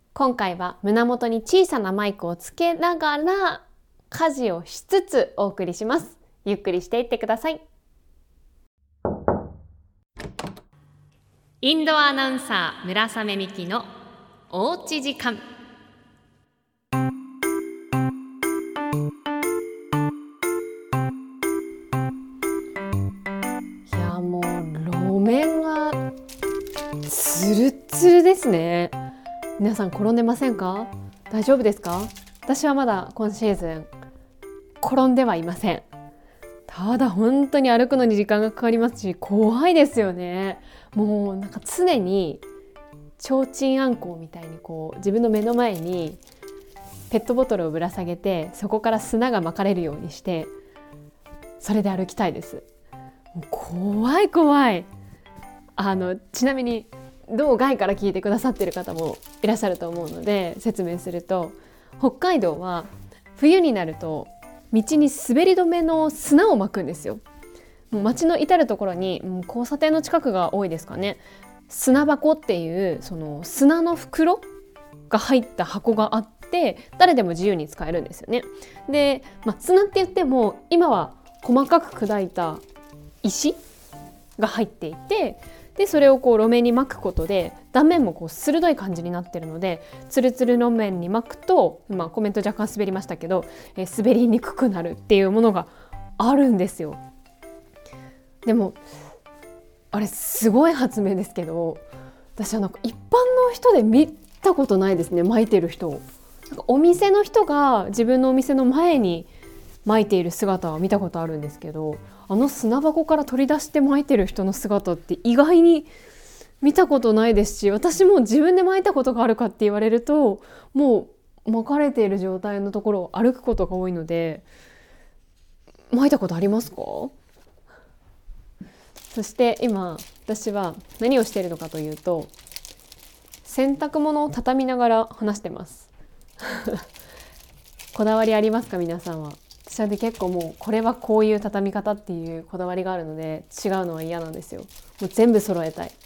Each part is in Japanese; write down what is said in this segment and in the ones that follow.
今回は胸元に小さなマイクをつけながら家事をしつつお送りします。ゆっくりしていってください。インドアナウンサー村雨美希のおうち時間。いやもう路面がツルツルですね。皆さん転んでませんか？大丈夫ですか？私はまだ今シーズン転んではいません。ただ本当に歩くのに時間がかかりますし、怖いですよね。もうなんか常に提灯あんこみたいに自分の目の前にペットボトルをぶら下げて、そこから砂がまかれるようにして、それで歩きたいです。もう怖い。ちなみに道外から聞いてくださっている方もいらっしゃると思うので説明すると、北海道は冬になると道に滑り止めの砂をまくんですよ。もう街の至るところに、もう交差点の近くが多いですかね、砂箱っていうその砂の袋が入った箱があって、誰でも自由に使えるんですよね。で、砂って言っても今は細かく砕いた石が入っていて、でそれを路面に巻くことで断面も鋭い感じになっているので、ツルツル路面に巻くと、コメント若干滑りましたけど、滑りにくくなるっていうものがあるんですよ。でもあれすごい発明ですけど、私は一般の人で見たことないですね、巻いてる人を。お店の人が自分のお店の前に巻いている姿は見たことあるんですけど、あの砂箱から取り出して巻いてる人の姿って意外に見たことないですし、私も自分で巻いたことがあるかって言われると、もう巻かれている状態のところを歩くことが多いので、巻いたことありますか？そして今私は何をしているのかというと、洗濯物を畳みながら話してますこだわりありますか皆さんは？私は結構もうこれはこういう畳み方っていうこだわりがあるので、違うのは嫌なんですよ。もう全部揃えたい。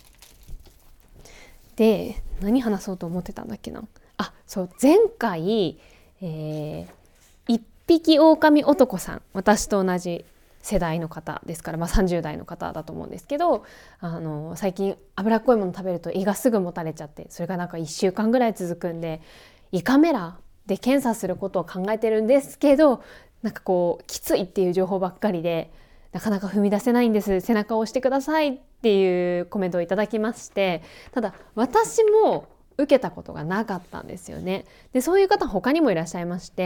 で、何話そうと思ってたんだっけな。そう前回、一匹狼男さん、私と同じ世代の方ですから、30代の方だと思うんですけど、最近脂っこいもの食べると胃がすぐもたれちゃって、それが1週間ぐらい続くんで、胃カメラで検査することを考えてるんですけど、きついっていう情報ばっかりでなかなか踏み出せないんです、背中を押してくださいっていうコメントをいただきまして、ただ私も受けたことがなかったんですよね。でそういう方他にもいらっしゃいまして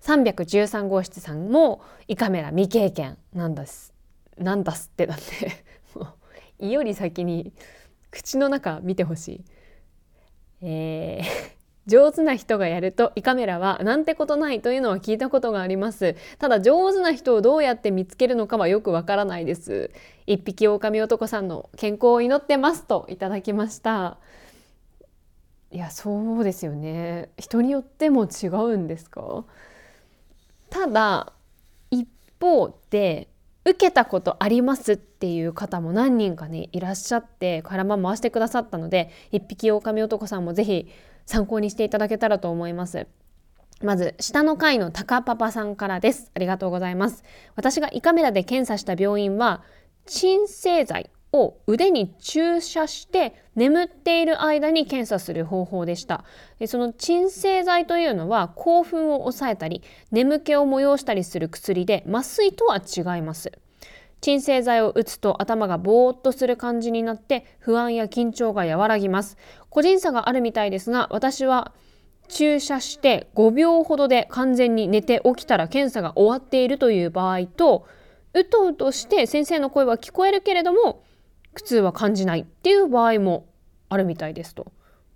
、313号室さんも胃カメラ未経験なんだすってなんでもう胃より先に口の中見てほしい。上手な人がやると胃カメラはなんてことないというのは聞いたことがあります。ただ上手な人をどうやって見つけるのかはよくわからないです。一匹狼男さんの健康を祈ってますといただきました。いやそうですよね、人によっても違うんですか？ただ一方で受けたことありますっていう方も何人かねいらっしゃって、絡ま回してくださったので、一匹狼男さんもぜひ参考にしていただけたらと思います。まず下の階の高パパさんからです。ありがとうございます。私が胃カメラで検査した病院は、鎮静剤を腕に注射して眠っている間に検査する方法でした。その鎮静剤というのは興奮を抑えたり眠気を催したりする薬で、麻酔とは違います。鎮静剤を打つと頭がぼーっとする感じになって不安や緊張が和らぎます。個人差があるみたいですが、私は注射して5秒ほどで完全に寝て起きたら検査が終わっているという場合と、うとうとして先生の声は聞こえるけれども苦痛は感じないっていう場合もあるみたいですと。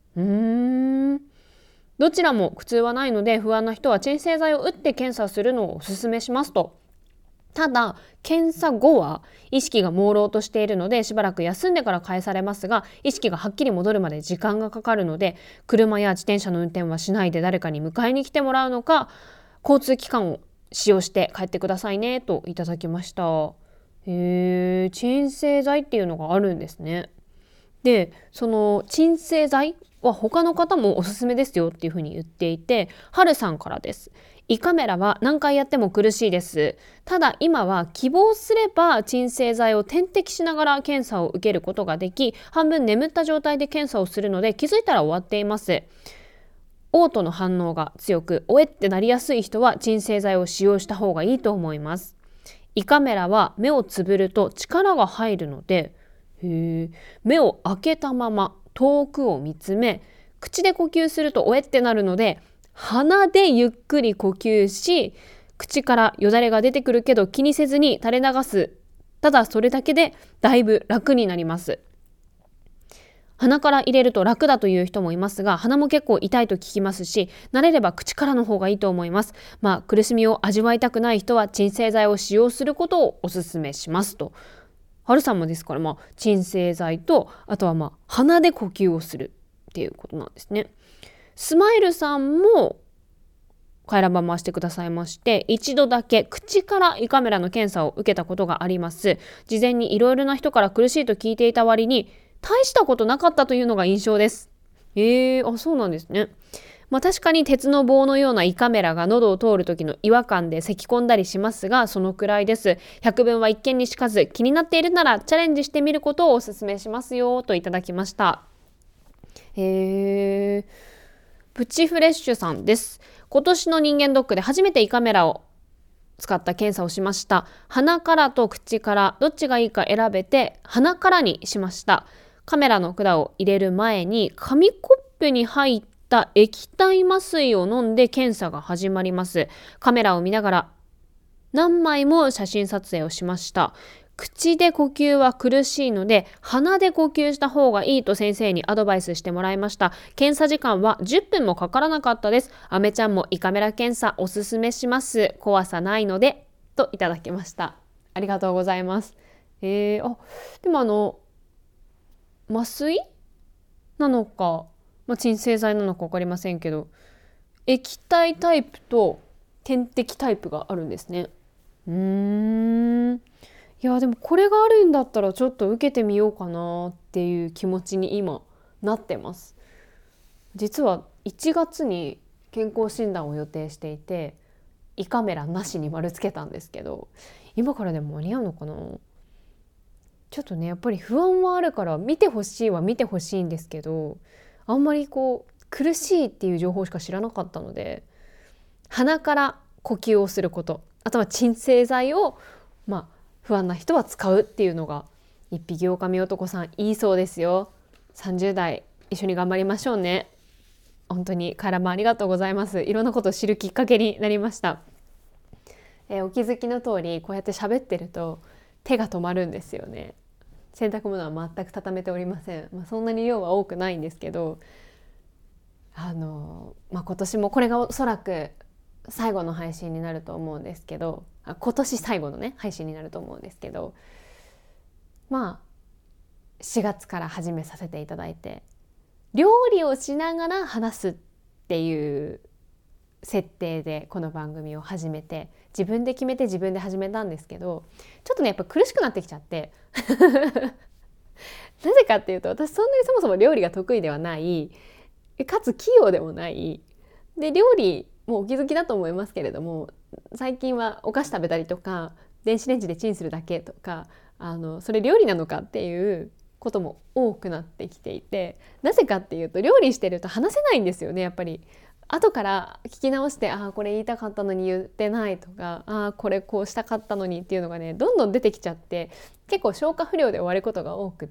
どちらも苦痛はないので、不安な人は鎮静剤を打って検査するのをお勧めしますと。ただ検査後は意識が朦朧としているので、しばらく休んでから返されますが、意識がはっきり戻るまで時間がかかるので、車や自転車の運転はしないで誰かに迎えに来てもらうのか、交通機関を使用して帰ってくださいねといただきました。鎮静剤っていうのがあるんですね。 でその鎮静剤は他の方もおすすめですよっていうふうに言っていて、はるさんからです。胃カメラは何回やっても苦しいです。ただ今は希望すれば鎮静剤を点滴しながら検査を受けることができ、半分眠った状態で検査をするので気づいたら終わっています。嘔吐の反応が強くおえってなりやすい人は鎮静剤を使用した方がいいと思います。胃カメラは目をつぶると力が入るので、目を開けたまま遠くを見つめ、口で呼吸するとおえってなるので、鼻でゆっくり呼吸し、口からよだれが出てくるけど気にせずに垂れ流す。ただそれだけでだいぶ楽になります。鼻から入れると楽だという人もいますが、鼻も結構痛いと聞きますし、慣れれば口からの方がいいと思います。苦しみを味わいたくない人は鎮静剤を使用することをお勧めしますと。はるさんもですから、鎮静剤と、あとは鼻で呼吸をするっていうことなんですね。スマイルさんも回覧板回してくださいまして、一度だけ口から胃カメラの検査を受けたことがあります。事前にいろいろな人から苦しいと聞いていた割に大したことなかったというのが印象です。そうなんですね。確かに鉄の棒のような胃カメラが喉を通る時の違和感で咳き込んだりしますが、そのくらいです。百聞は一見にしかず、気になっているならチャレンジしてみることをお勧めしますよといただきました。プチフレッシュさんです。今年の人間ドックで初めて胃カメラを使った検査をしました。鼻からと口からどっちがいいか選べて鼻からにしました。カメラの管を入れる前に紙コップに入った液体麻酔を飲んで検査が始まります。カメラを見ながら何枚も写真撮影をしました。口で呼吸は苦しいので鼻で呼吸した方がいいと先生にアドバイスしてもらいました。検査時間は10分もかからなかったです。あめちゃんも胃カメラ検査おすすめします。怖さないのでといただきました。ありがとうございます。でも麻酔なのか、鎮静剤なのか分かりませんけど、液体タイプと点滴タイプがあるんですね。いやでもこれがあるんだったらちょっと受けてみようかなっていう気持ちに今なってます。実は1月に健康診断を予定していて、胃カメラなしに丸つけたんですけど、今からでも間に合うのかな。ちょっとねやっぱり不安はあるから見てほしいは見てほしいんですけど、あんまり苦しいっていう情報しか知らなかったので、鼻から呼吸をすること、あとは鎮静剤を不安な人は使うっていうのが一匹狼男さん言いそうですよ。30代一緒に頑張りましょうね。本当にからもありがとうございます。いろんなことを知るきっかけになりました。お気づきの通りこうやって喋ってると手が止まるんですよね。洗濯物は全く畳めておりません。そんなに量は多くないんですけど、今年もこれがおそらく最後の配信になると思うんですけど、今年最後のね配信になると思うんですけど、4月から始めさせていただいて、料理をしながら話すっていう設定でこの番組を始めて、自分で決めて自分で始めたんですけど、ちょっとねやっぱ苦しくなってきちゃってなぜかっていうと、私そんなにそもそも料理が得意ではない、かつ器用でもないで、料理もお気づきだと思いますけれども、最近はお菓子食べたりとか電子レンジでチンするだけとか、それ料理なのかっていうことも多くなってきていて、なぜかっていうと料理してると話せないんですよね。やっぱり後から聞き直して、これ言いたかったのに言ってないとか、これこうしたかったのにっていうのがねどんどん出てきちゃって、結構消化不良で終わることが多くって、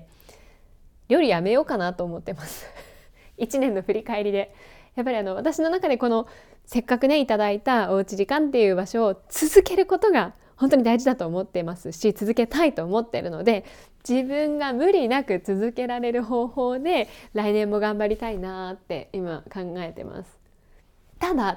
料理やめようかなと思ってます1年の振り返りでやっぱり私の中でこのせっかくねいただいたおうち時間っていう場所を続けることが本当に大事だと思ってますし、続けたいと思っているので、自分が無理なく続けられる方法で来年も頑張りたいなって今考えてます。ただ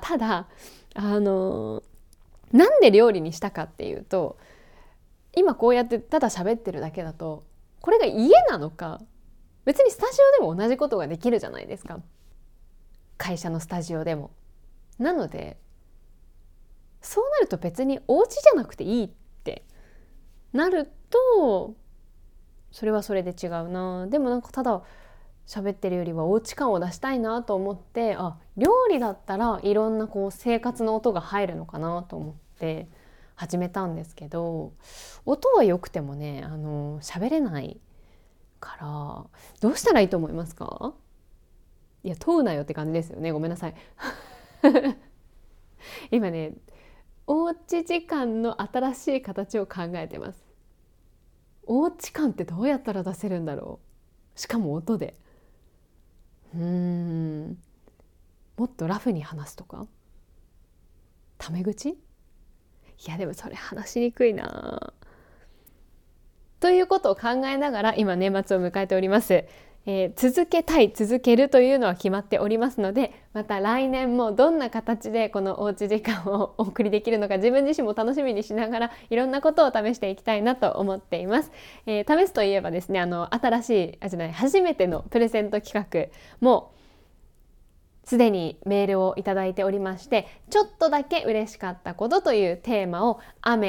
なんで料理にしたかっていうと、今こうやってただ喋ってるだけだと、これが家なのか、別にスタジオでも同じことができるじゃないですか、会社のスタジオでも。なのでそうなると別にお家じゃなくていいってなると、 それはそれで違うな。でもなんかただ喋ってるよりはお家感を出したいなと思って、料理だったらいろんなこう生活の音が入るのかなと思って始めたんですけど、音は良くてもね喋れないからどうしたらいいと思いますか？いや問うなよって感じですよね。ごめんなさい今ねおうち時間の新しい形を考えてます。おうち感ってどうやったら出せるんだろう。しかも音で。もっとラフに話すとか、タメ口。いやでもそれ話しにくいなということを考えながら今年末を迎えております。続けたい続けるというのは決まっておりますので、また来年もどんな形でこのおうち時間をお送りできるのか自分自身も楽しみにしながらいろんなことを試していきたいなと思っています。試すといえばですね、初めてのプレゼント企画もすでにメールをいただいておりまして、ちょっとだけ嬉しかったことというテーマを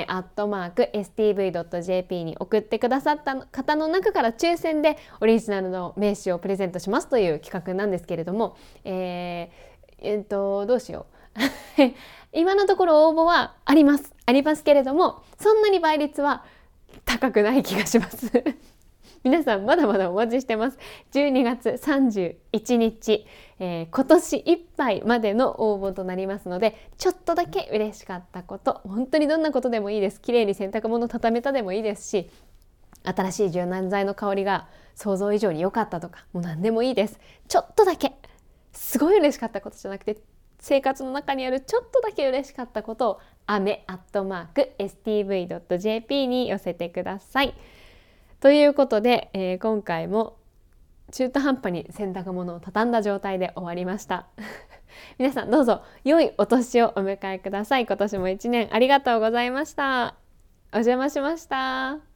ame@stv.jp に送ってくださった方の中から抽選でオリジナルの名刺をプレゼントしますという企画なんですけれども、どうしよう今のところ応募はありますけれども、そんなに倍率は高くない気がします皆さんまだまだお待ちしてます。12月31日、今年いっぱいまでの応募となりますので、ちょっとだけ嬉しかったこと、本当にどんなことでもいいです。綺麗に洗濯物畳めたでもいいですし、新しい柔軟剤の香りが想像以上に良かったとか、もう何でもいいです。ちょっとだけ、すごい嬉しかったことじゃなくて、生活の中にあるちょっとだけ嬉しかったことをame@stv.jp に寄せてください。ということで、今回も中途半端に洗濯物を畳んだ状態で終わりました皆さんどうぞ良いお年をお迎えください。今年も1年ありがとうございました。お邪魔しました。